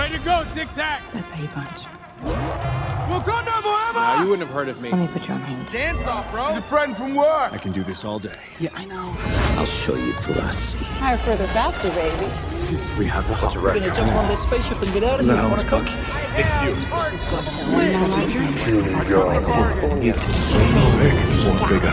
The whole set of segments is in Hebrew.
Way to go, Tic Tac! That's how you punch. Wakanda forever! Now, you wouldn't have heard of me. Let me put you on hold. Dance off, bro! He's a friend from work! I can do this all day. Yeah, I know. I'll show you ferocity. Higher, further, faster, baby. We have a We're gonna jump on that spaceship and get out of here. No, Wanna cook? bigger.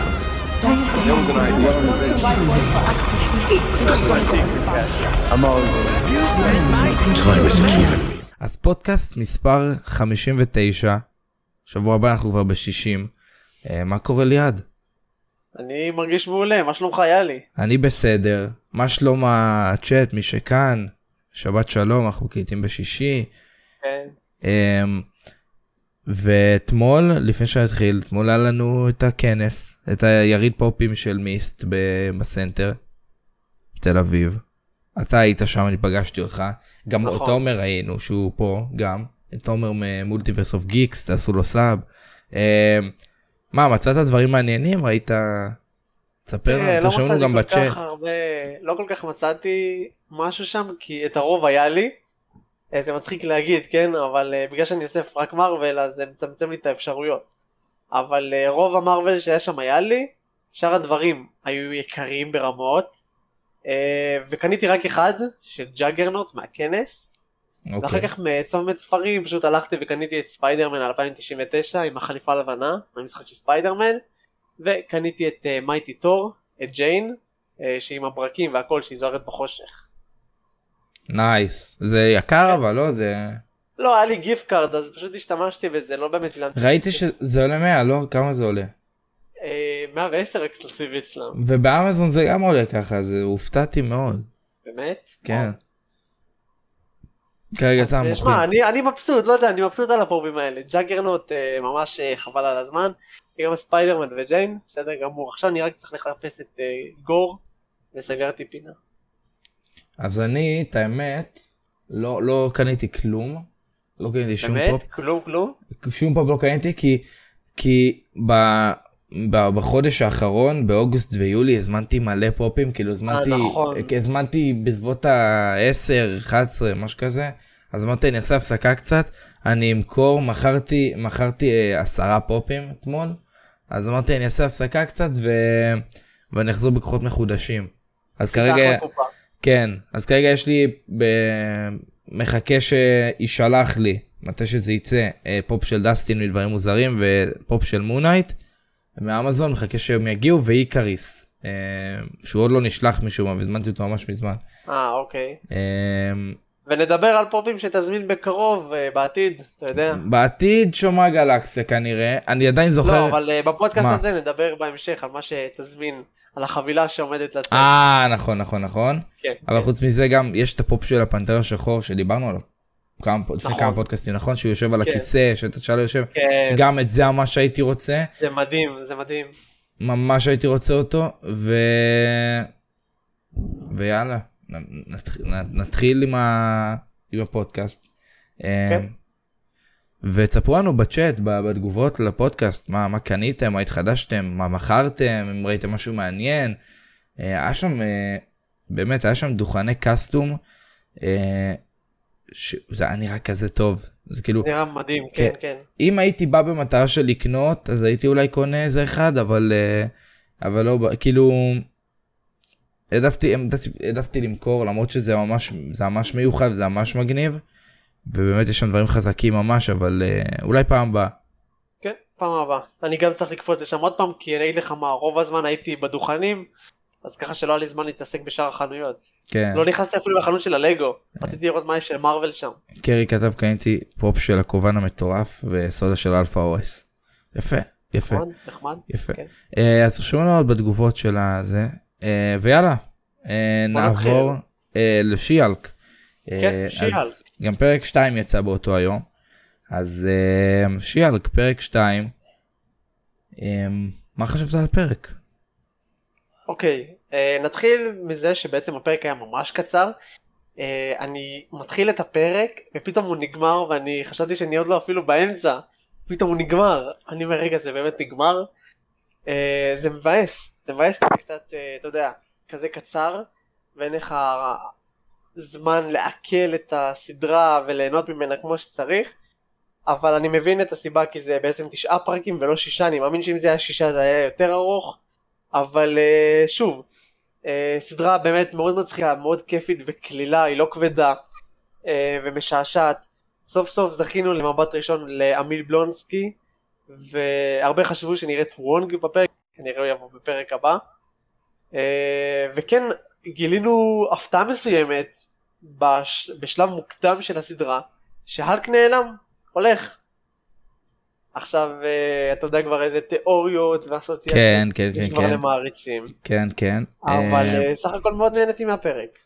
Time is a true enemy. אז פודקאסט מספר 59, שבוע הבא אנחנו כבר ב-60. מה קורה ליד? אני מרגיש מעולה, מה שלומך יאלי? אני בסדר. מה שלום הצ'אט, מי שכאן? שבת שלום, אנחנו קייטים בשישי. כן. ואתמול, לפני שהתחיל, אתמול היה לנו את הכנס, את היריד פופים של מיסט בסנטר, בתל אביב. אתה היית שם, אני פגשתי אותך. גם נכון. אותו אומר ראינו שהוא פה גם. את אומר ממולטיברס אוף גיקס, תעשו לו סאב. מה, מצאת דברים מעניינים? ראית? תספר לנו, תרשמנו גם בצ'אט. לא כל כך מצאתי משהו שם, כי את הרוב היה לי. זה מצחיק להגיד, כן? אבל בגלל שאני אוסף רק מרוול, אז זה מצמצם לי את האפשרויות. אבל רוב המרוול שהיה שם היה לי, שאר הדברים היו יקרים ברמות, וקניתי רק אחד, של ג'אגרנוט מהכנס, ואחר כך מצומת ספרים, פשוט הלכתי וקניתי את ספיידרמן 2099, עם החליפה הלבנה, מהמשחק של ספיידרמן, וקניתי את מייטי תור, את ג'יין, שהיא עם הברקים והכל, שהיא זוהרת בחושך. נייס. זה יקר אבל לא? זה... לא, היה לי גיפט קארד, אז פשוט השתמשתי וזה לא באמת... ראיתי שזה עולה 100, לא? כמה זה עולה? 110 אקסקלוסיבי אצלם. ובאמזון זה גם עולה ככה, זה הופתעתי מאוד. באמת? כן. כרגע שם מוכרים. שמע, אני מבסוט, לא יודע, אני מבסוט על הפורבים האלה. ג'אגרנוט ממש חבל על הזמן. גם ספיידרמן וג'יין, בסדר גמור. עכשיו אני רק צריך לחפש את גור, וסגרתי פינה. אז אני, את האמת, לא קניתי כלום. לא קניתי שום פופ. באמת? כלום? שום פופ לא קניתי, כי בחודש האחרון, באוגוסט ויולי, הזמנתי מלא פופים, כאילו הזמנתי בסביבות ה-10, 11, משהו כזה. אז אמרתי, אני אעשה הפסקה קצת, אני אמכור, מכרתי 10 פופים אתמול. אז אמרתי, אני אעשה הפסקה קצת, ואני אחזור בכוחות מחודשים. אז כרגע... כן, אז כרגע יש לי, מחכה שישלח לי, מתי שזה יצא, פופ של דסטין ודברים מוזרים, ופופ של מונייט, מאמזון, מחכה שהם יגיעו, ואיקריס, שהוא עוד לא נשלח משום, והזמנתי אותו ממש מזמן. אוקיי. ונדבר על פופים שתזמין בקרוב, בעתיד, אתה יודע. בעתיד שומע גלקסיה כנראה, אני עדיין זוכר... לא, אבל בפודקאסט הזה נדבר בהמשך על מה שתזמין. על החבילה שעומדת לצאת. נכון. כן. אבל חוץ מזה גם, יש את הפופ של הפנתר השחור שדיברנו עליו. לפני כמה פודקאסטים, נכון? שהוא יושב על הכיסא, שאתה תשאל יושב. גם את זה ממש הייתי רוצה. זה מדהים. ממש הייתי רוצה אותו, ויאללה, נתחיל עם הפודקאסט. כן. ותספרו לנו בצ'אט, בתגובות לפודקאסט, מה קניתם, מה התחדשתם, מה מכרתם, אם ראיתם משהו מעניין. היה שם, באמת, היה שם דוכני קסטום, זה היה נראה כזה טוב. זה כאילו... נראה מדהים, כן. אם הייתי בא במטרה של לקנות, אז הייתי אולי קונה איזה אחד, אבל לא, כאילו, העדפתי למכור, למרות שזה ממש מיוחד, זה ממש מגניב. ובאמת יש שם דברים חזקים ממש, אבל אולי פעם הבאה. כן, פעם הבאה. אני גם צריך לקפוץ לשם עוד פעם, כי אני אגיד לך מה, רוב הזמן הייתי בדוכנים, אז ככה שלא היה לי זמן להתעסק בשאר החנויות. כן. לא נכנסתי אפילו לחנות של הלגו, רציתי לראות מה יש של מרוול שם. קרי כתב, קניתי פופ של הכובן המטורף, וסודה של אלפא אורס. יפה. נחמד. יפה. אז שומענו עוד בתגובות של הזה, ויאללה, נעבור לשיאלק. כן, שיאלק. אז גם פרק 2 יצא באותו היום, אז שיאלק, פרק 2, מה חשבת על הפרק? אוקיי, נתחיל מזה שבעצם הפרק היה ממש קצר, אני מתחיל את הפרק ופתאום הוא נגמר, ואני חשבתי שאני עוד לא אפילו באמצע, פתאום הוא נגמר, אני אומר רגע זה באמת נגמר, זה מבאס, זה קצת, אתה יודע, כזה קצר, ואין לך זמן לעכל את הסדרה וליהנות ממנה כמו שצריך, אבל אני מבין את הסיבה כי זה בעצם 9 פרקים ולא 6, אני מאמין שאם זה היה 6 זה היה יותר ארוך, אבל שוב, סדרה באמת מאוד מצחיקה, מאוד כיפית וכלילה, היא לא כבדה ומשעשעת. סוף סוף זכינו למבט ראשון לאמיל בלונסקי, והרבה חשבו שנראית וונג בפרק, כנראה הוא יבוא בפרק הבא, וכן גילינו הפתעה מסוימת בשלב מוקדם של הסדרה, שהלק נעלם, הולך. עכשיו אתה יודע כבר איזה תיאוריות ואסוציאציות, כן, כן, יש כן, כבר כן. למעריצים, כן, כן. אבל סך הכל מאוד נהניתי מהפרק.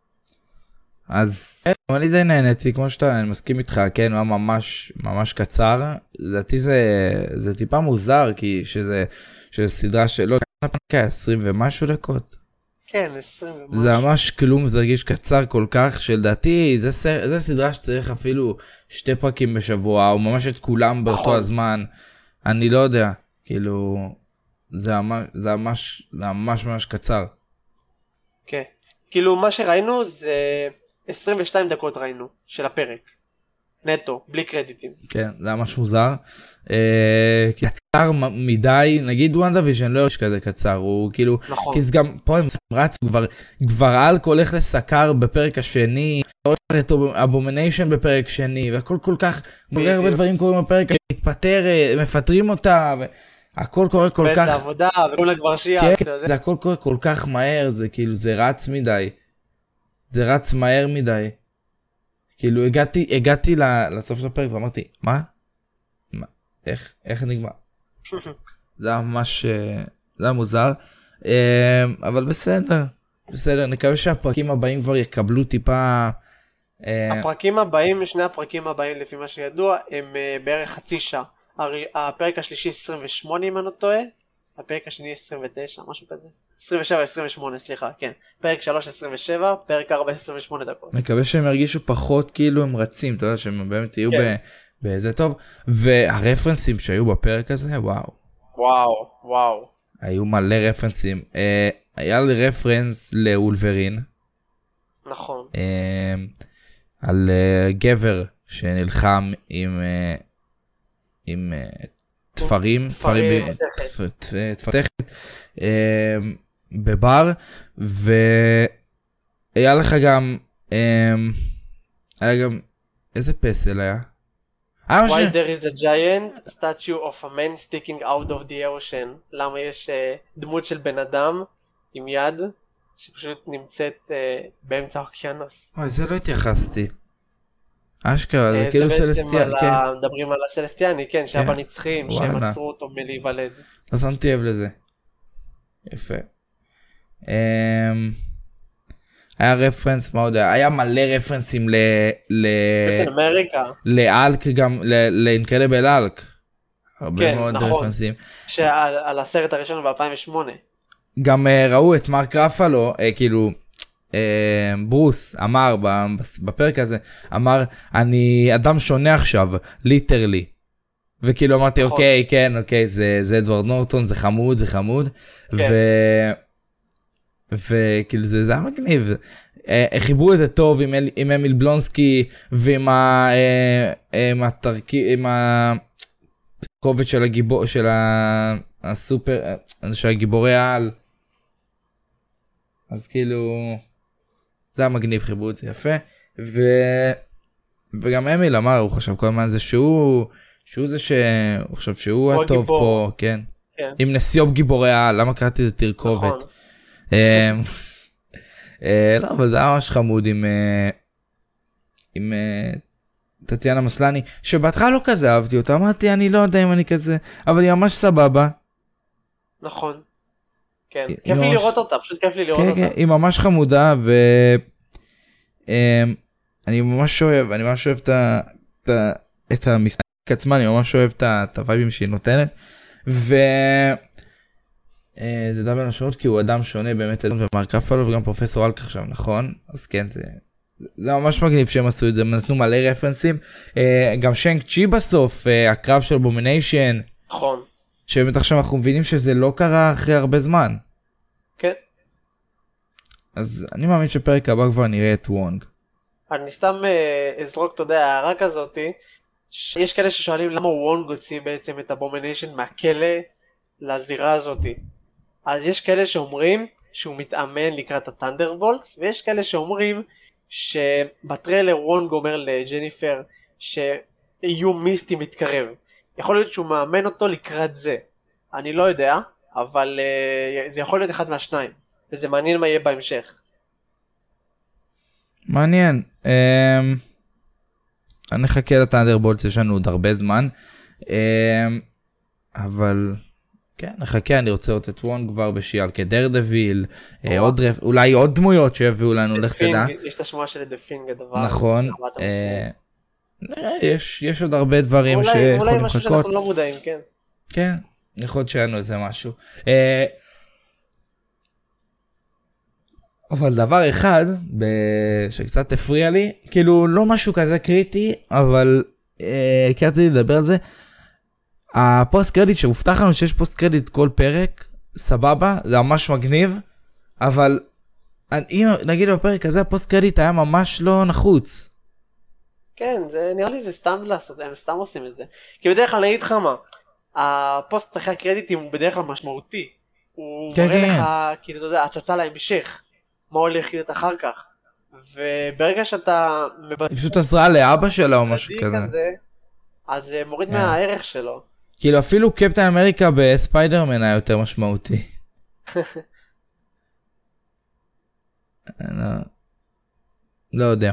אז אני די נהניתי, כמו שאתה, אני מסכים איתך, כן, הוא היה ממש ממש קצר. לדעתי זה טיפה מוזר, כי שזה סדרה שלא, 20 ומשהו דקות. כן, 20 ומשהו. זה ממש כלום, זה הרגיש קצר כל כך, שלדעתי זה סדרה שצריך אפילו 2 פרקים בשבוע, או ממש את כולם באותו הזמן. אני לא יודע, כאילו, זה ממש קצר. כן, כאילו מה שראינו זה 22 דקות ראינו של הפרק, נטו, בלי קרדיטים. כן, זה היה ממש מוזר. קצר מדי, נגיד וואנדוויז'ן לא יש כזה קצר, הוא כאילו, נכון. כי זה גם פה הם רצו, כבר אלק הולך לסקר בפרק השני, אבומניישן בפרק שני, והכל כל כך, הרבה דברים קורים בפרק, מתפטר, מפטרים אותה, הכל קורה כל כך... בית העבודה, וכולה כבר שיעה, כן, אתה יודע. זה הכל קורה כל כך מהר, זה כאילו, זה רץ מדי. זה רץ מהר מדי. כאילו, הגעתי לסוף של הפרק ואמרתי, מה? איך נגמר? זה היה ממש, זה היה מוזר. אבל בסדר, נקווה שהפרקים הבאים כבר יקבלו טיפה... הפרקים הבאים, שני הפרקים הבאים לפי מה שידוע, הם בערך חצי שעה. הפרק השלישי 28 אם אני לא טועה, הפרק השני 29, משהו כזה. 27-28, סליחה, כן. פרק 3 27, פרק 4 28 דקות. מקווה שהם ירגישו פחות כאילו הם רצים, אתה יודע שהם באמת יהיו באיזה טוב. והרפרנסים שהיו בפרק הזה, וואו. היו מלא רפרנסים. היה לי רפרנס לאולברין. נכון. על גבר שנלחם עם תפרים תפתחת בבר, והיה לך גם איזה פסל היה? Why there is a giant statue of a man sticking out of the ocean? למה יש דמות של בן אדם עם יד שפשוט נמצאת באמצע האוקיינוס? זה לא התייחסתי. אשכרה, זה כאילו סלסטיאני, כן. מדברים על הסלסטיאני, כן, שהיה בנצחים, שהם עצרו אותו מלהיוולד. לא שמתי לב לזה. יפה. היה רפרנס, מה עוד היה? היה מלא רפרנסים לאלק גם, לאינקרדיבל אלק. הרבה מאוד רפרנסים. שעל הסרט הראשון ב-2008. גם ראו את מרק רפלו, כאילו... ברוס אמר בפרק הזה, אמר אני אדם שונה עכשיו, ליטרלי, וכאילו אמרתי אוקיי, כן, אוקיי, זה אדוארד נורטון, זה חמוד, וכאילו זה היה מגניב. חיברו את זה טוב עם אמיל בלונסקי ועם הקובץ של הגיבור של הסופר של הגיבורי העל, אז כאילו זה היה מגניב, חיברו את זה יפה. וגם אמיל אמר, הוא חשב כל הזמן זה שהוא זה שהוא חשב שהוא הטוב פה, כן. עם נסיוב גיבורי העל, למה קראתי איזה תרכובת. לא, אבל זה היה ממש חמוד עם טטיאנה מסלני, שבהתחלה לא כזה אהבתי אותה, אמרתי אני לא יודע אם אני כזה, אבל היא ממש סבבה. נכון. כן, כיף לי לראות אותה, פשוט כיף לי לראות אותה. כן, היא ממש חמודה, ואני ממש אוהב את המשחק עצמה, אני ממש אוהב את הווייבים שהיא נותנת, וזה דאבל משמעות, כי הוא אדם שונה באמת, ומרק רפלו וגם פרופסור אלק עכשיו, נכון? אז כן, זה ממש מגניב שהם עשו את זה, הם נתנו מלא רפרנסים, גם שנק צ'י בסוף, הקרב של אבומניישן, נכון. שבאמת עכשיו אנחנו מבינים שזה לא קרה אחרי הרבה זמן. כן. אז אני מאמין שפרק הבא כבר נראה את וונג. אני סתם אזרוק, אתה יודע, הערה כזאתי, יש כאלה ששואלים למה וונג הוציא בעצם את אבומניישן מהכלא לזירה הזאתי. אז יש כאלה שאומרים שהוא מתאמן לקראת הטנדרבולטס, ויש כאלה שאומרים שבטריילר וונג אומר לג'ניפר שאיום מיסטי מתקרב. יכול להיות שהוא מאמן אותו לקראת זה. אני לא יודע, אבל זה יכול להיות אחד מהשניים. וזה מעניין מה יהיה בהמשך. מעניין. אני נחכה לטנדרבולטס, יש לנו עוד הרבה זמן. אבל כן, נחכה, אני רוצה לראות את וונג כבר בשיאל כדרדוויל, אולי עוד דמויות שיביאו לנו, לך תדע. יש את השמועה של דפינג הדבר. נכון. יש עוד הרבה דברים שיכולים לחכות. אולי משהו שאנחנו לא מודעים, כן. כן, יכול להיות שהיה לנו איזה משהו. אבל דבר אחד שקצת הפריע לי, כאילו לא משהו כזה קריטי, אבל קראתי לדבר על זה, הפוסט קרדיט שהובטח לנו שיש פוסט קרדיט כל פרק, סבבה, זה ממש מגניב, אבל אם נגיד בפרק הזה הפוסט קרדיט היה ממש לא נחוץ. כן, נראה לי זה סתם לעשות, הם סתם עושים את זה. כי בדרך כלל נגיד לך מה, הפוסט אחרי הקרדיטים הוא בדרך כלל משמעותי. הוא מראה לך, כאילו אתה יודע, הצצה להמשך, מה הולך להיות אחר כך. וברגע שאתה היא פשוט עזרה לאבא שלה או משהו כזה. אז זה מוריד מהערך שלו. כאילו אפילו קפטן אמריקה בספיידרמן היה יותר משמעותי. לא יודע.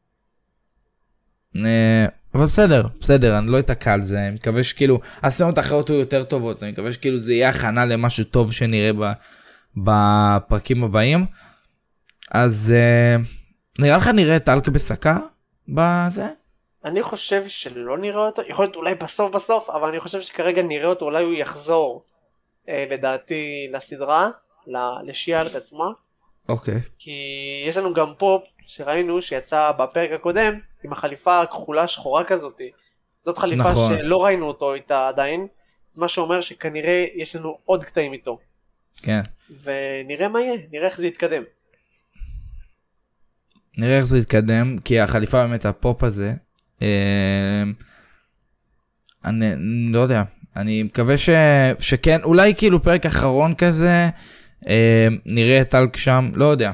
אבל בסדר, אני לא אתעקע על זה. אני מקווה שכאילו הסצנות האחרות היו יותר טובות. אני מקווה שכאילו זה יהיה הכנה למשהו טוב שנראה בפרקים הבאים. אז נראה לך נראה את אלק בסקה בזה? אני חושב שלא נראה אותו, יכול להיות אולי בסוף, אבל אני חושב שכרגע נראה אותו, אולי הוא יחזור לדעתי לסדרה, לשיאלק עצמה. אוקיי. כי יש לנו גם פופ שראינו שיצא בפרק הקודם עם החליפה הכחולה שחורה כזאת. זאת חליפה נכון. שלא ראינו אותו איתה עדיין, מה שאומר שכנראה יש לנו עוד קטעים איתו. כן. ונראה מה יהיה, נראה איך זה יתקדם. נראה איך זה יתקדם, כי החליפה באמת הפופ הזה, אני לא יודע, אני מקווה שכן, אולי כאילו פרק אחרון כזה, נראה את אלק שם, לא יודע.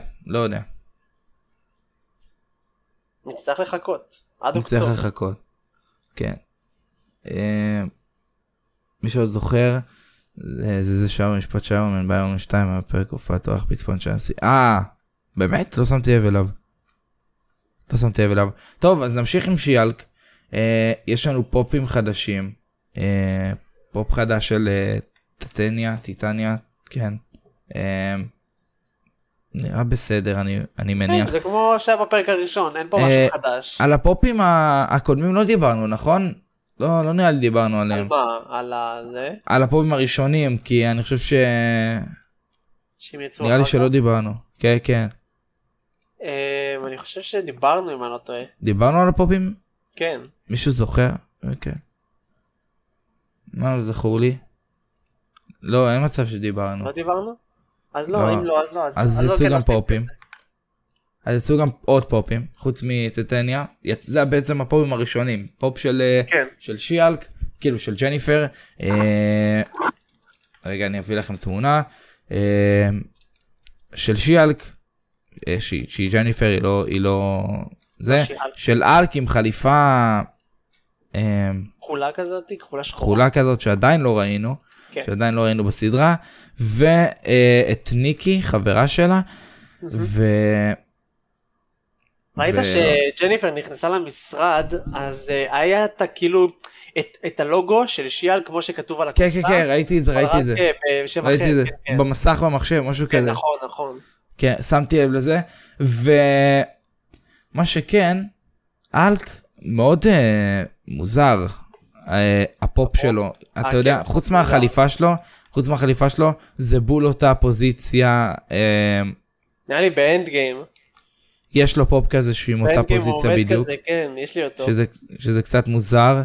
נצטרך לחכות, נצטרך לחכות, כן. מישהו זוכר, זה שם משפט שיירון, באיירון 2, הפרק הופעת אוח פצפון צ'אנסי, באמת? לא שמתי לב אליו. טוב, אז נמשיך עם שיאלק. יש לנו פופים חדשים. פופ חדש של טיטניה, כן. נראה בסדר, אני מניח. זה כמו שהיה בפרק הראשון, אין פה משהו חדש. על הפופים הקודמים לא דיברנו, נכון? לא נראה לי דיברנו עליהם. על מה? על הפופים הראשונים, כי אני חושב נראה לי שלא דיברנו. כן. אני חושב שדיברנו אם אני לא טועה. דיברנו על הפופים? כן. מישהו זוכר? כן. מה לא זכור לי? לא, אין מצב שדיברנו. לא דיברנו? אז לא, אם לא, אז לא. אז יצאו גם פופים. אז יצאו גם עוד פופים, חוץ מטיטניה. זה בעצם הפופים הראשונים. פופ של שיאלק, כאילו של ג'ניפר. רגע, אני אביא לכם תמונה. של שיאלק. שהיא ג'ניפר, היא לא זה, של אלק עם חליפה כחולה כזאת, כחולה שחורה. כחולה כזאת שעדיין לא ראינו, בסדרה, ואת ניקי, חברה שלה, ראית שג'ניפר נכנסה למשרד, אז היה את כאילו, את הלוגו של שיאל כמו שכתוב על הקופסה. כן, ראיתי את זה. במסך במחשב, משהו כזה. נכון. כן, שמתי לב לזה, ומה שכן, אלק מאוד מוזר, הפופ שלו, אתה יודע, חוץ מהחליפה שלו, זה בול אותה פוזיציה. נראה לי באנד גיים. יש לו פופ כזה שהוא עם אותה פוזיציה בדיוק. כזה, כן, יש לי אותו. שזה קצת מוזר,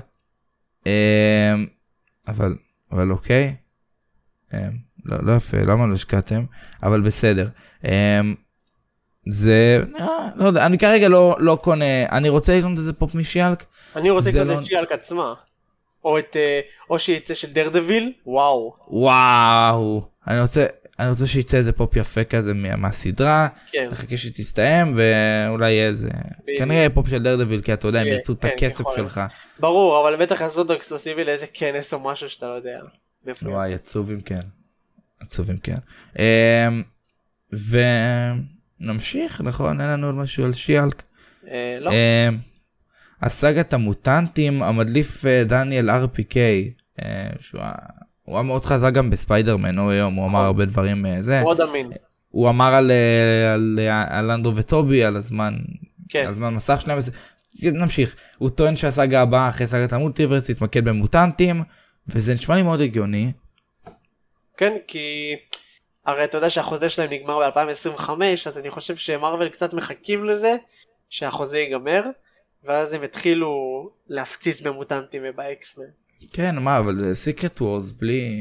אבל אוקיי. לא יפה, למה לא השקעתם? אבל בסדר. זה, לא יודע, אני כרגע לא קונה, אני רוצה לקנות איזה פופ משיאלק. אני רוצה לקנות את שיאלק עצמה. או שיצא של דרדוויל, וואו. אני רוצה שיצא איזה פופ יפה כזה מהסדרה, נחכה שתסתיים, ואולי יהיה איזה, כנראה פופ של דרדוויל, כי אתה יודע, הם ירצו את הכסף שלך. ברור, אבל בטח לעשות אקסקלוסיבי לאיזה כנס או משהו שאתה לא יודע. וואי, עצובים כן. ונמשיך, נכון? אין לנו עוד משהו על שיאלק. לא. הסגת המוטנטים, המדליף דניאל RPK, הוא היה מאוד חזק גם בספיידרמן, הוא אמר הרבה דברים, מאוד אמין. הוא אמר על אנדרו וטובי, על הזמן מסך שלהם, נמשיך. הוא טוען שהסגה הבאה אחרי סגת המולטיברס יתמקד במוטנטים, וזה נשמע לי מאוד הגיוני. כן, כי הרי אתה יודע שהחוזה שלהם נגמר ב-2025, אז אני חושב שמרוול קצת מחכים לזה, שהחוזה ייגמר, ואז הם התחילו להפציץ במוטנטים ובאקסמן. כן, מה, אבל זה סיקרט וורס בלי...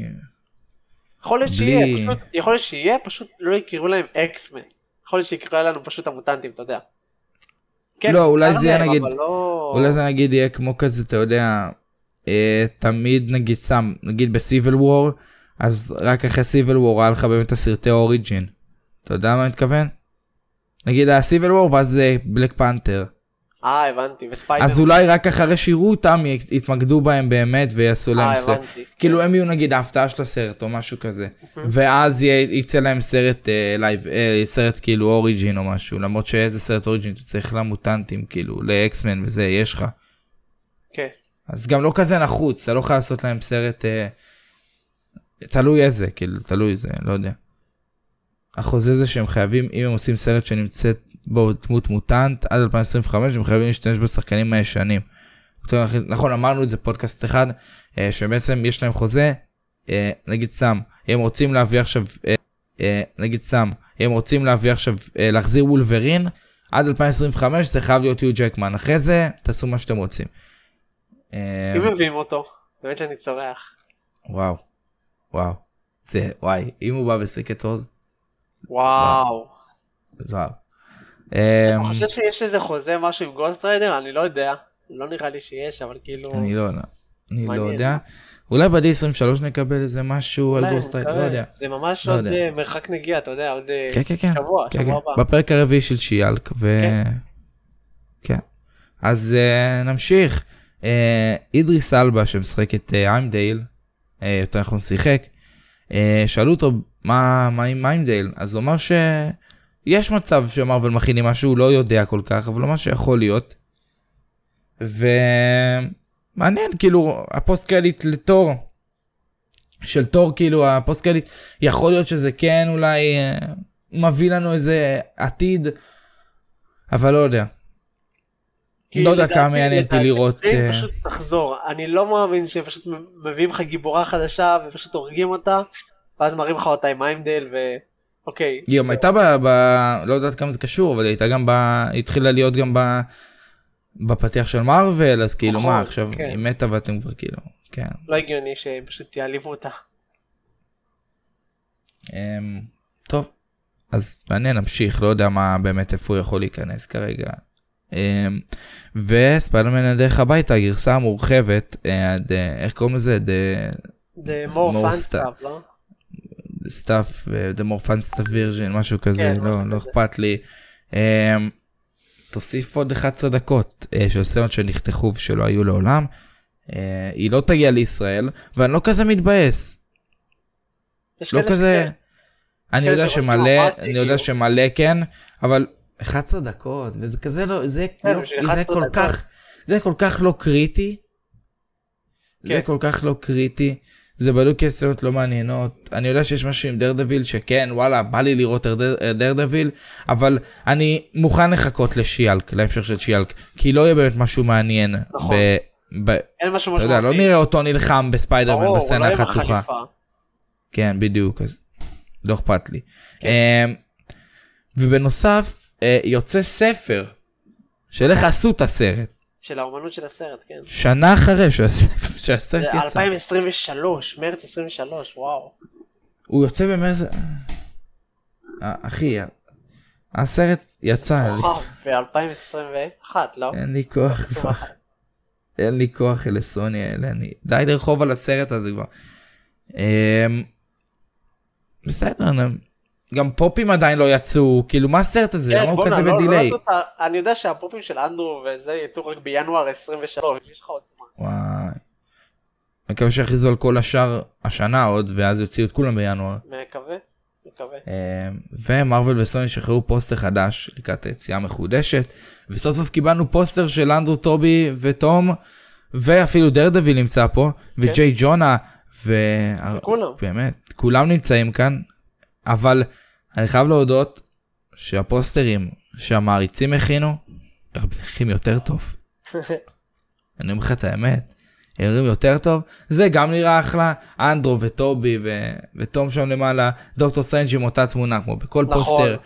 יכול להיות שיהיה, פשוט לא יקראו להם אקסמן. יכול להיות שיקראו לנו פשוט המוטנטים, אתה יודע. לא, אולי זה יהיה נגיד, אולי זה נגיד יהיה כמו כזה, אתה יודע, תמיד נגיד בסיבל וור, אז רק אחרי סיבל וור היה לך באמת הסרטי אוריג'ין. אתה יודע מה אני מתכוון? נגיד הסיבל וור ואז זה בלק פנתר. הבנתי, וספיידרמן. אז אולי רק אחרי שיראו אותם יתמקדו בהם באמת ויעשו להם סרט. כאילו הם יהיו נגיד ההפתעה של הסרט או משהו כזה. ואז יצא להם סרט לייב, סרט כאילו אוריג'ין או משהו. למרות שאיזה סרט אוריג'ין אתה צריך למוטנטים כאילו, לאקסמן וזה, יש לך. כן. אז גם לא כזה נחוץ, אתה לא יכול לעשות להם סרט, תלוי איזה, כאילו, תלוי זה, לא יודע. החוזה זה שהם חייבים, אם הם עושים סרט שנמצאת בו דמות מוטנט, עד 2025 הם חייבים להשתמש בשחקנים הישנים. נכון, אמרנו את זה פודקאסט אחד, שבעצם יש להם חוזה, נגיד סם, הם רוצים להביא עכשיו, להחזיר וולברין, עד 2025 זה חייב להיות יו ג'קמן, אחרי זה תעשו מה שאתם רוצים. אם מביאים אותו, באמת שאני צורח. וואו, זה, וואי, אם הוא בא בסיקרט וורס, וואו. אני חושב שיש איזה חוזה משהו עם גוסט ריידר, אני לא יודע, לא נראה לי שיש, אבל כאילו... אני לא יודע, אולי בדי 23 נקבל איזה משהו על גוסט ריידר, לא יודע. זה ממש עוד מרחק נגיע, אתה יודע, עוד שבוע הבא. בפרק הרביעי של שיאלק, כן. אז נמשיך. אידריס אלבה שמשחק את איימדייל, יותר נכון שיחק, שאלו אותו מה עם איימדייל, אז הוא אמר שיש מצב שמרוול מכינים משהו, הוא לא יודע כל כך, אבל לא מה שיכול להיות. ומעניין, כאילו, הפוסט קרדיט לתור, של תור, כאילו, הפוסט קרדיט, יכול להיות שזה כן אולי מביא לנו איזה עתיד, אבל לא יודע. לא יודע כמה מעניין אותי לראות. פשוט תחזור, אני לא מאמין שהם פשוט מביאים לך גיבורה חדשה ופשוט הורגים אותה, ואז מראים לך אותה עם איימדייל אוקיי. היא גם הייתה לא יודעת כמה זה קשור, אבל היא הייתה גם התחילה להיות גם בפתיח של מרוול, אז כאילו מה, עכשיו היא מתה ואתם כבר כאילו, כן. לא הגיוני שהם פשוט יעלימו אותה. טוב, אז מעניין, נמשיך, לא יודע מה באמת איפה הוא יכול להיכנס כרגע. וספיידרמן הדרך הביתה, הגרסה המורחבת, איך קוראים לזה? The more fun stuff, לא? stuff, the more fun stuff version, משהו כזה, לא אכפת לי. תוסיף עוד 11 דקות של סצנות שנחתכו ושלא היו לעולם. היא לא תגיע לישראל, ואני לא כזה מתבאס. לא כזה... אני יודע שמלא כן, אבל 11 דקות, וזה כזה לא, זה כל כך לא קריטי. זה כל כך לא קריטי. זה בדיוק סצנות לא מעניינות. אני יודע שיש משהו עם דרדוויל שכן, וואלה, בא לי לראות דרדוויל, אבל אני מוכן לחכות לשיאלק, להמשך של שיאלק, כי לא יהיה באמת משהו מעניין. נכון. אין משהו אתה יודע, לא נראה אותו נלחם בספיידרמן בסצנה החתוכה. כן, בדיוק, אז לא אכפת לי. ובנוסף, יוצא ספר של איך עשו את הסרט. של האומנות של הסרט, כן. שנה אחרי שהסרט יצא. 2023, מרץ 23, וואו. הוא יוצא במרץ... אחי, הסרט יצא. ב-2021, לא? אין לי כוח כבר. אין לי כוח אלה סוני האלה, די לרחוב על הסרט הזה כבר. בסדר, גם פופים עדיין לא יצאו, כאילו מה הסרט הזה? למה הוא כזה בדיליי? אני יודע שהפופים של אנדרו וזה יצאו רק בינואר 23, יש לך עוד זמן. וואי. מקווה שיכריזו על כל השאר השנה עוד, ואז יוציאו את כולם בינואר. מקווה. ומרוול וסוני שחררו פוסטר חדש לקראת היציאה מחודשת, וסוף סוף קיבלנו פוסטר של אנדרו, טובי וטום, ואפילו דרדוויל נמצא פה, וג'יי ג'ונה, באמת, כולם נמצאים כאן, אבל אני חייב להודות שהפוסטרים שהמעריצים הכינו, נראים יותר טוב. אני אומר לך את האמת. נראים יותר טוב, זה גם נראה אחלה, אנדרו וטובי וטום שם למעלה, דוקטור סטרנג' עם אותה תמונה כמו בכל פוסטר,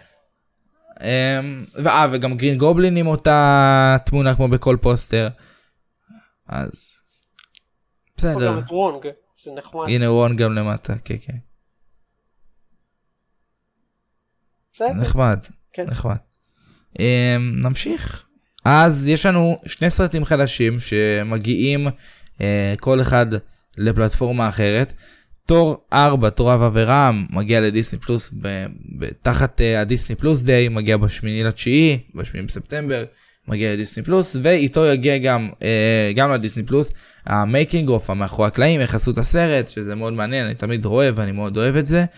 וגם גרין גובלין עם אותה תמונה כמו בכל פוסטר, אז בסדר, הנה וונג גם למטה, כן. נחמד. נמשיך. אז יש לנו שני סרטים חדשים שמגיעים כל אחד לפלטפורמה אחרת. תור 4, תור אהבה ורעם, מגיע לדיסני פלוס תחת הדיסני פלוס דיי, מגיע ב8/9, ב8 בספטמבר, מגיע לדיסני פלוס, ואיתו יגיע גם לדיסני פלוס המייקינג אוף, המאחורי הקלעים, איך עשו את הסרט, שזה מאוד מעניין, אני תמיד רואה ואני מאוד אוהב את זה.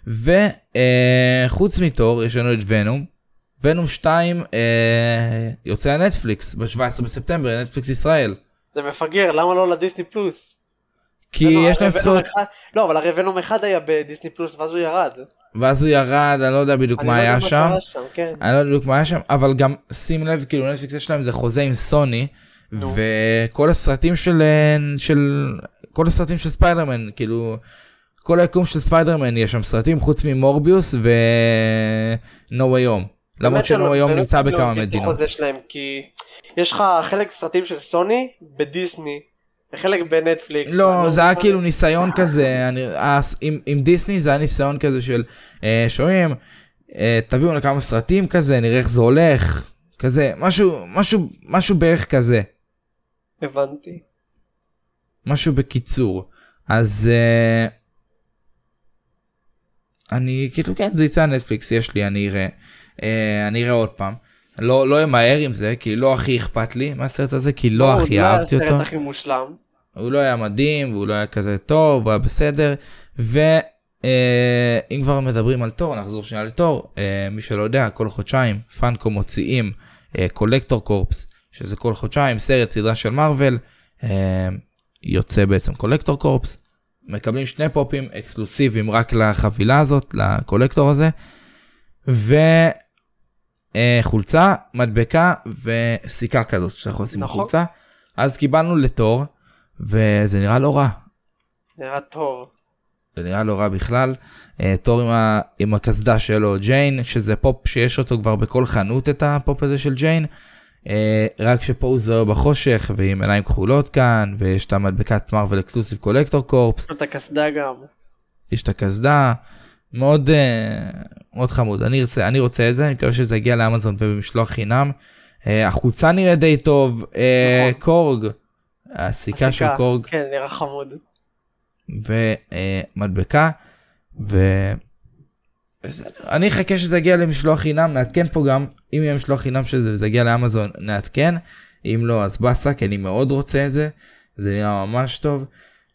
וחוץ מתור יש לנו את ונום 2 יוצא לנטפליקס ב17 בספטמבר, נטפליקס ישראל. זה מפגר, למה לא לדיסני פלוס? כי יש להם זכויות. לא, אבל הרי ונום 1 היה בדיסני פלוס ואז הוא ירד. אני לא יודע בדיוק מה היה שם. אני לא יודע בדיוק מה היה שם, אבל גם שים לב, כאילו נטפליקס יש להם זה חוזה עם סוני, וכל הסרטים כל הסרטים של ספיידרמן, כאילו כל היקום של ספיידרמן יש שם סרטים חוץ ממורביוס ו-No Way Home. למרות ש-No Way Home נמצא בכמה מדינות. כי יש לך חלק סרטים של סוני בדיסני, וחלק בנטפליקס. לא, זה היה כאילו ניסיון כזה, עם דיסני זה היה ניסיון כזה של שומעים, תביאו לכמה סרטים כזה, נראה איך זה הולך, כזה, משהו בערך כזה. הבנתי. משהו בקיצור. אז אני כאילו כן, זה יצא נטפליקס, יש לי, אני אראה עוד פעם. לא אמהר עם זה, כי לא הכי אכפת לי מהסרט הזה, כי לא הכי אהבתי אותו. הוא לא היה הסרט הכי מושלם. הוא לא היה מדהים, והוא לא היה כזה טוב, הוא היה בסדר. ואם כבר מדברים על תור, נחזור שנייה לתור. מי שלא יודע, כל חודשיים פאנקו מוציאים קולקטור קורפס, שזה כל חודשיים סרט סדרה של מארוול, יוצא בעצם קולקטור קורפס. מקבלים 2 פופים אקסקלוסיביים רק לחבילה הזאת, לקולקטור הזה. חולצה, מדבקה וסיכה כזאת שאנחנו עושים בחולצה. אז קיבלנו לתור, וזה נראה לא רע. נראה טוב. זה נראה לא רע בכלל. תור עם הכסדה שלו, ג'יין, שזה פופ שיש אותו כבר בכל חנות, את הפופ הזה של ג'יין. רק שפה הוא זוהר בחושך, ועם עיניים כחולות כאן, ויש את המדבקת מארוול אקסקלוסיב קולקטור קורפס. את הכסדה גם. יש את הכסדה. מאוד חמוד, אני רוצה את זה, אני מקווה שזה יגיע לאמזון ובמשלוח חינם. החולצה נראה די טוב, קורג, הסיכה של קורג. כן, נראה חמוד. ומדבקה, אני אחכה שזה יגיע למשלוח חינם, נעדכן פה גם, אם יהיה משלוח חינם שזה וזה יגיע לאמזון, נעדכן, אם לא אז בסה, כי אני מאוד רוצה את זה, זה נראה ממש טוב,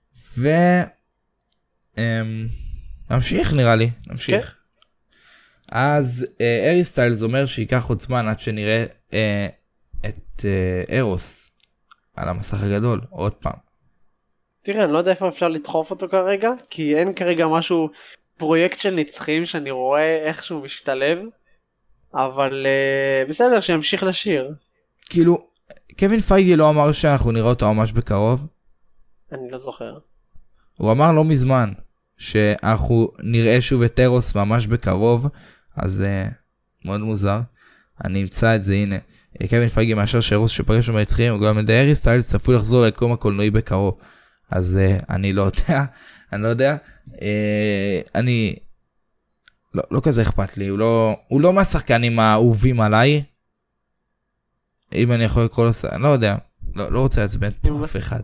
נמשיך נראה לי, נמשיך. אז ארי סטיילס אומר שייקח עוד זמן עד שנראה את ארוס על המסך הגדול, עוד פעם. תראה, אני לא יודע איפה אפשר לדחוף אותו כרגע, כי אין כרגע משהו, פרויקט של נצחים שאני רואה איך שהוא משתלב, אבל בסדר, שימשיך לשיר. כאילו, קווין פייגי לא אמר שאנחנו נראה אותו ממש בקרוב? אני לא זוכר. הוא אמר לא מזמן. שאנחנו נראה שוב את ארוס ממש בקרוב, אז מאוד מוזר. אני אמצא את זה, הנה. קווין פייגי מאשר שארוס שפרש ומייצחים, הוא גם ארי סטיילס צפוי לחזור ליקום הקולנועי בקרוב. אז אני לא יודע, אני לא כזה אכפת לי, הוא לא מהשחקנים האהובים עליי, אם אני יכול לקרוא לו, אני לא יודע, לא רוצה להצבן פה אף אחד,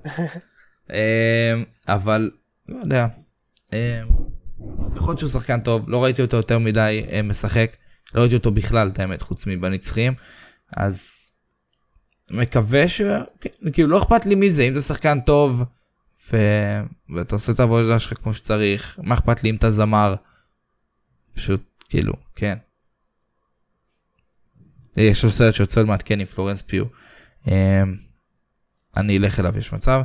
אבל לא יודע, יכול להיות שהוא שחקן טוב, לא ראיתי אותו יותר מדי משחק, לא ראיתי אותו בכלל, את האמת, חוץ מבנצחים, אז מקווה כאילו לא אכפת לי מזה, אם זה שחקן טוב, ואתה עושה את העבודה שלך כמו שצריך, מה אכפת לי אם אתה זמר, פשוט כאילו, כן. יש לו סרט שיוצא עוד מעט, כן, עם פלורנס פיו, אני אלך אליו, יש מצב,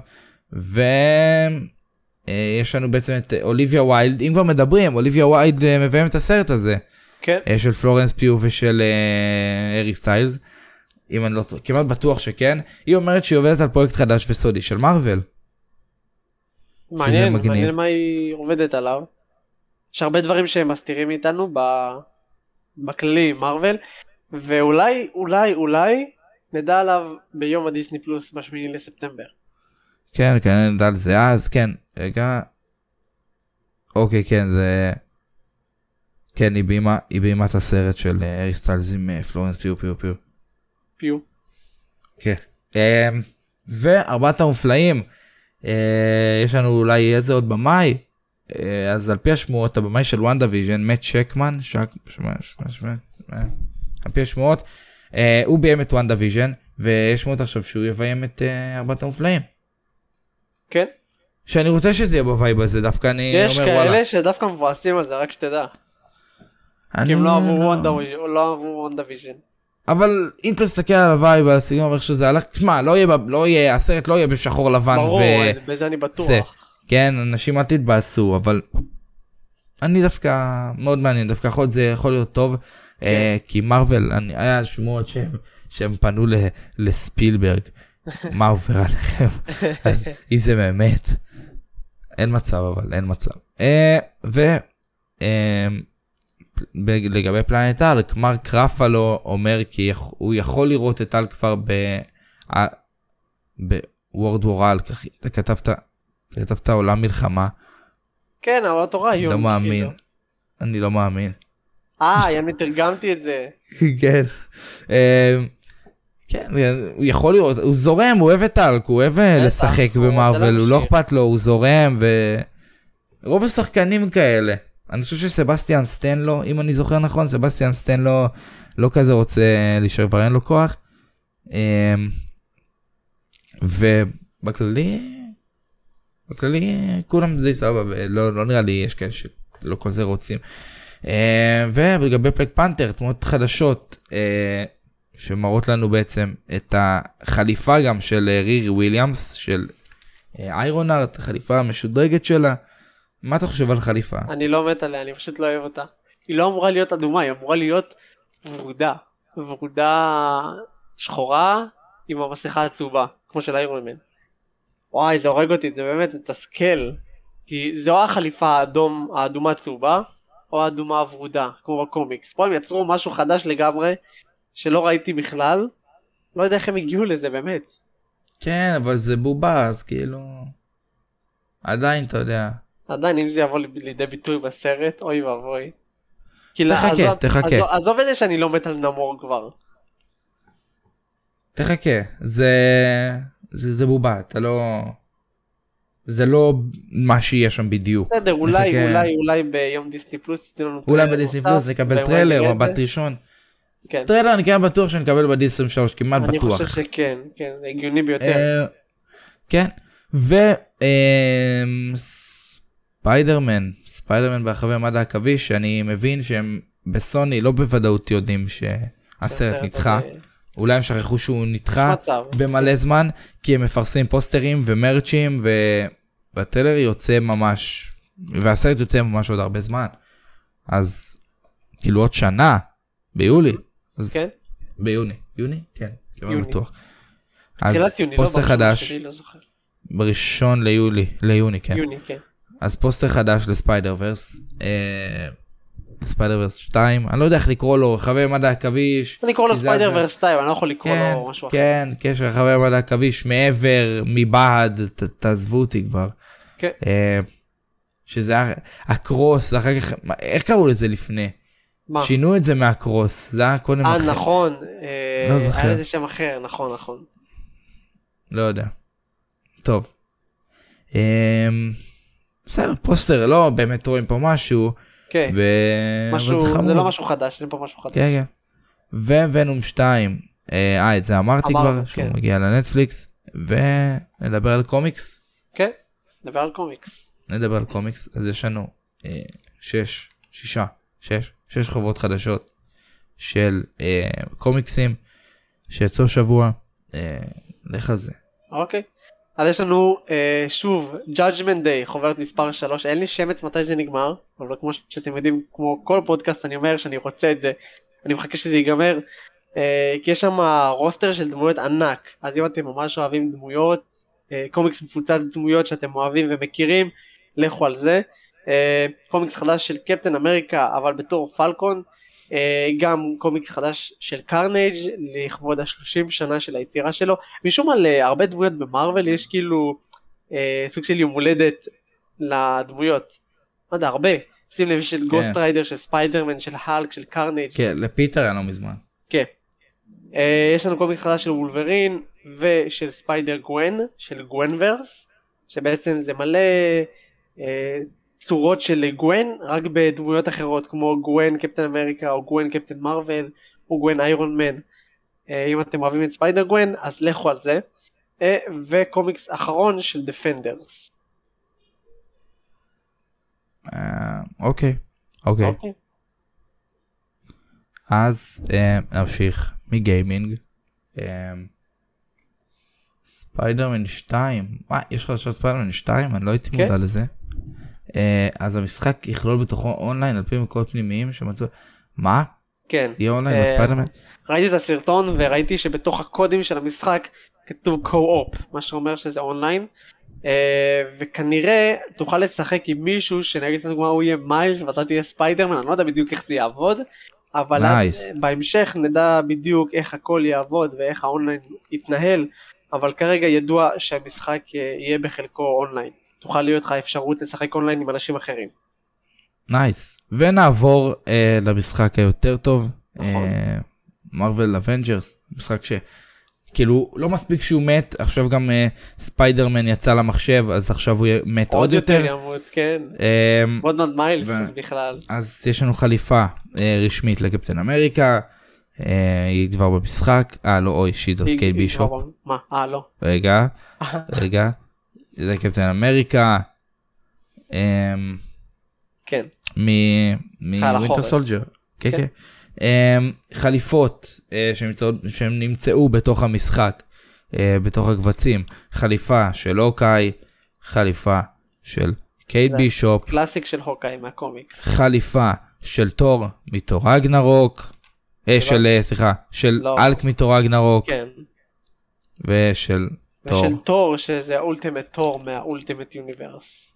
יש לנו בעצם את אוליביה ויילד, אם כבר מדברים, אוליביה ויילד מביים את הסרט הזה, כן. של פלורנס פיו ושל הארי סטיילס, אם אני לא כמעט בטוח שכן, היא אומרת שהיא עובדת על פרויקט חדש וסודי של מארוול. מעניין מה היא עובדת עליו. יש הרבה דברים שהם מסתירים מאיתנו בכללי מארוול, ואולי נדע עליו ביום הדיסני פלוס ב8 לספטמבר. כן, נדע על זה, אז כן, רגע, אוקיי, כן, זה, כן, היא ביימה את הסרט של הארי סטיילס עם פלורנס פיו. כן. וארבעת המופלאים, יש לנו אולי איזה עוד במאי, אז על פי השמועות, הבמאי של וונדה ויז'ן, מאט שקמן, על פי השמועות, הוא ביים את וונדה ויז'ן, ויש שמועות עכשיו שהוא יביים את ארבעת המופלאים. כן. שאני רוצה שזה יהיה בווייב הזה, דווקא אני אומר וואלה. יש כאלה שדווקא מבואסים על זה, רק שתדע. כי הם לא אהבו וונדה ויז'ן. אבל אם תסתכל על הווייב, על הסיום, איך שזה הלך, תשמע, הסרט לא יהיה בשחור לבן. ברור, בזה אני בטוח. כן, אנשים אל תתבאסו, אבל אני דווקא מאוד מעניין, דווקא זה יכול להיות טוב, כי מארוול, היה שמועות שהם פנו לספילברג, מה עובר עליכם, אז אם זה באמת, אין מצב, אבל אין מצב. לגבי פלנט אלק, מרק רפלו אומר כי הוא יכול לראות את אלק כבר בוורד וור אלק, אחי. אתה כתבת עולם מלחמה. כן, אבל התורה היום. לא מאמין. אני לא מאמין. אני תרגמתי את זה. כן. כן, הוא יכול לראות, הוא זורם, הוא אוהב את אלק, הוא אוהב לשחק במארוול, הוא לא אכפת לו, הוא זורם, ורוב השחקנים כאלה. אני חושב שסבסטיאן סטן לו, אם אני זוכר נכון, סבסטיאן סטן לו לא כזה רוצה להישאר, כבר אין לו כוח. ובכללי כולם זה סבבה, ולא נראה לי יש כאלה שלא כל זה רוצים. ובגבי בלק פנתר, תמונות חדשות שמראות לנו בעצם את החליפה גם של רירי וויליאמס, של איירון הארט, החליפה המשודרגת שלה. מה אתה חושב על חליפה? אני לא מת עליה, אני פשוט לא אוהב אותה. היא לא אמורה להיות אדומה, היא אמורה להיות ורודה שחורה עם המסכה הצהובה, כמו של איירון מן. וואי, זה הורג אותי, זה באמת מתסכל. כי זו החליפה האדומה צהובה, או האדומה הוורודה, כמו בקומיקס. פה הם יצרו משהו חדש לגמרי, שלא ראיתי בכלל. לא יודע איך הם הגיעו לזה, באמת. כן, אבל זה בובה, אז כאילו... עדיין, אתה יודע... עדיין, אם זה יבוא לידי ביטוי בסרט, אוי ואבוי. תחכה. עזוב את זה שאני לא מת על נמור כבר. תחכה, זה בובה, אתה לא... זה לא מה שיהיה שם בדיוק. בסדר, אולי ביום דיסני פלוס. אולי בדיסני פלוס נקבל טריילר, מבט ראשון. טריילר אני כמעט בטוח שנקבל בדיסני 23, כמעט בטוח. אני חושב שכן, כן, הגיוני ביותר. כן, ספיידרמן ברחבי המדע העכביש, שאני מבין שהם בסוני לא בוודאות יודעים שהסרט נדחה. אולי הם שכחו שהוא נדחה במלא זמן, כי הם מפרסמים פוסטרים ומרצ'ים, והטריילר יוצא ממש, והסרט יוצא ממש עוד הרבה זמן. אז כאילו עוד שנה, ביולי. כן? ביוני. כן, כמובן בטוח. אז פוסטר חדש, בראשון ליוני, כן. אז פוסטר חדש לספיידר ורס, ספיידר ורס 2, אני לא יודע איך לקרוא לו, רחבי המדע העכביש. אני קורא לו ספיידר ורס 2, אני לא יכול לקרוא לו משהו אחר. כן, קשר רחבי המדע העכביש, מעבר, מבעד, תעזבו אותי כבר. כן. שזה הקרוס, אחר כך, איך קראו לזה לפני? מה? שינו את זה מהקרוס, זה היה קודם אחר. נכון, לא זוכר. היה לזה שם אחר, נכון. לא יודע. טוב. בסדר, פוסטר, לא באמת רואים פה משהו. כן, זה לא משהו חדש, אין פה משהו חדש. כן. וונום 2, את זה אמרתי כבר, שהוא מגיע לנטפליקס, ונדבר על קומיקס. כן, נדבר על קומיקס. אז יש לנו 6 חוברות חדשות של קומיקסים שיצאו שבוע, לך על זה. אוקיי, אז יש לנו שוב Judgment Day, חוברת מספר 3, אין לי שמץ מתי זה נגמר, אבל כמו שאתם יודעים, כמו כל פודקאסט אני אומר שאני רוצה את זה, אני מחכה שזה ייגמר, כי יש שם רוסטר של דמויות ענק, אז אם אתם ממש אוהבים דמויות, קומיקס מפוצץ דמויות שאתם אוהבים ומכירים, לכו על זה. קומיקס חדש של קפטן אמריקה אבל בתור פלקון, גם קומיקס חדש של קרנייג' לכבוד ה-30 שנה של היצירה שלו. משום על הרבה דמויות במרוול יש כאילו סוג של יום הולדת לדמויות, לא יודע, הרבה. שים לב של גוסט ריידר, של ספיידרמן, של הלק, של קרנייג'. כן, לפיטר היה לא מזמן. כן. יש לנו קומיקס חדש של וולברין ושל ספיידר גוון, של גוונברס, שבעצם זה מלא צורות של גוון, רק בדמויות אחרות, כמו גוון קפטן אמריקה, או גוון קפטן מרוול, או גוון איירון מן. אם אתם אוהבים את ספיידר גוון, אז לכו על זה. וקומיקס אחרון של דפנדרס. אוקיי. אז נמשיך מגיימינג. ספיידרמן 2, יש לך עכשיו ספיידרמן 2? אני לא הייתי מודע לזה. אז המשחק יכלול בתוכו אונליין על פי מקורות פנימיים שמצאו, מה? כן. יהיה אונליין בספיידרמן? ראיתי את הסרטון וראיתי שבתוך הקודים של המשחק כתוב קו-אופ, מה שאומר שזה אונליין, וכנראה תוכל לשחק עם מישהו שנגיד לדוגמה הוא יהיה מיילס ואתה תהיה ספיידרמן, אני לא יודע בדיוק איך זה יעבוד, אבל בהמשך נדע בדיוק איך הכל יעבוד ואיך האונליין יתנהל, אבל כרגע ידוע שהמשחק יהיה בחלקו אונליין, תוכל להיות לך אפשרות לשחק אונליין עם אנשים אחרים. נייס, ונעבור למשחק היותר טוב, מרוול אבנג'רס, משחק שכאילו לא מספיק שהוא מת, עכשיו גם ספיידרמן יצא למחשב, אז עכשיו הוא מת עוד יותר. ימות, כן. עוד נוד מיילס בכלל. אז יש לנו חליפה רשמית לקפטן אמריקה, היא כבר במשחק, לא, אוי, זאת קייט בישופ. מה? לא. רגע, זה קפטן אמריקה. כן. מווינטר סולג'ר. כן. חליפות שהם נמצאו בתוך המשחק, בתוך הקבצים. חליפה של הוקאי, חליפה של קייט בישופ. קלאסיק של הוקאי מהקומיקס. חליפה של תור מתור רגנרוק. של אלק מתור רגנרוק. כן. ושל תור, שזה האולטימט תור מהאולטימט יוניברס.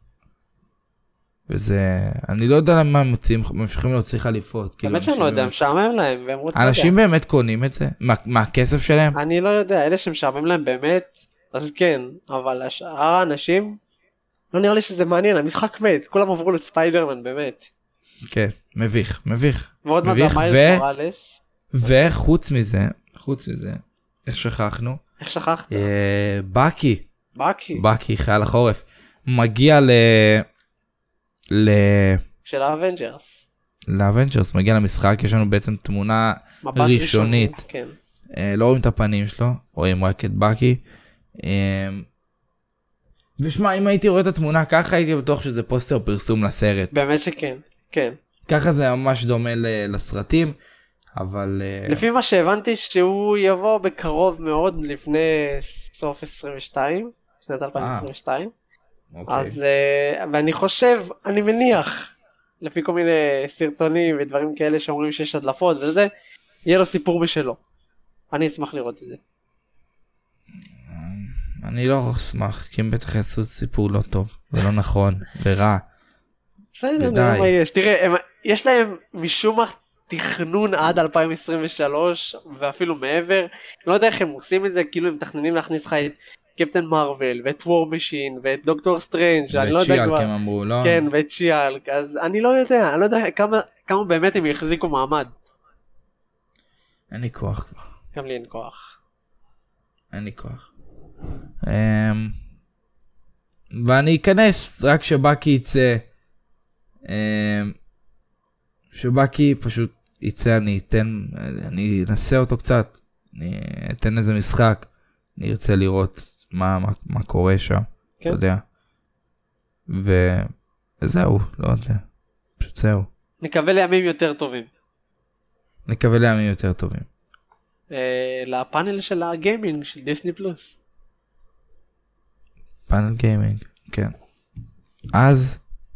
וזה, אני לא יודע למה הם ממשיכים להוציא חליפות. באמת שאני לא יודע, משעמם להם. אנשים באמת קונים את זה? מה הכסף שלהם? אני לא יודע, אלה שמשעמם להם באמת, אז כן, אבל השאר האנשים, לא נראה לי שזה מעניין, המשחק מת, כולם עברו לספיידרמן באמת. כן, מביך. ועוד מעט מיילס מוראלס. וחוץ מזה, איך שכחנו? איך שכחת? בקי, חייל החורף. מגיע של האבנג'רס. לאבנג'רס, מגיע למשחק, יש לנו בעצם תמונה ראשונית. כן. לא רואים את הפנים שלו, רואים רק את בקי. ושמע, אם הייתי רואה את התמונה ככה, הייתי בטוח שזה פוסטר פרסום לסרט. באמת שכן, כן. ככה זה ממש דומה לסרטים, אבל... לפי מה שהבנתי שהוא יבוא בקרוב מאוד לפני סוף 22, שנת 2022. אז, ואני חושב, אני מניח, לפי כל מיני סרטונים ודברים כאלה שאומרים שיש הדלפות וזה, יהיה לו סיפור בשלו. אני אשמח לראות את זה. אני לא אשמח, כי הם בטח יעשו סיפור לא טוב, ולא נכון, ורע. ודי. תראה, יש להם משום מה תכנון עד 2023, ואפילו מעבר. לא יודע איך הם עושים את זה, כאילו הם מתכננים להכניס לך את קפטן מרוול, ואת וור משין, ואת דוקטור סטרנג', אני לא יודע כבר. ואת שיאלק הם אמרו, לא? כן, ואת שיאלק, אז אני לא יודע כמה כמה באמת הם יחזיקו מעמד. אין לי כוח כבר. גם לי אין כוח. אין לי כוח. ואני אכנס רק שבאקי יצא. שבאקי פשוט יצא, אני אנסה אותו קצת. אני אתן איזה משחק. אני ארצה לראות מה קורה שם. כן. אתה יודע. וזהו, לא יודע. פשוט זהו. נקווה לימים יותר טובים. נקווה לימים יותר טובים. לפאנל של הגיימינג של דיסני פלוס. פאנל גיימינג, כן. אז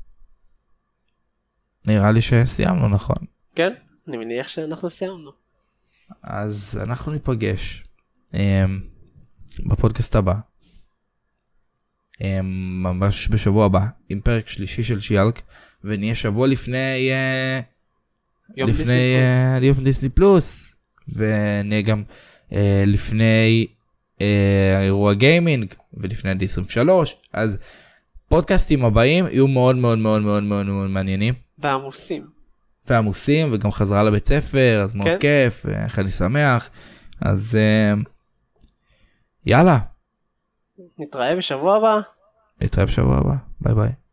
נראה לי שסיימנו, נכון? כן, אני מניח שאנחנו סיימנו. אז אנחנו ניפגש בפודקאסט הבא. ממש בשבוע הבא, עם פרק שלישי של שיאלק, ונהיה שבוע לפני יום דיסני פלוס, ונהיה גם לפני אירוע גיימינג, ולפני די23, אז פודקאסטים הבאים יהיו מאוד מאוד מאוד מאוד מאוד מאוד מעניינים. ועמוסים, וגם חזרה לבית ספר, אז מאוד כיף, איך אני שמח, אז יאללה. נתראה בשבוע הבא. ביי ביי.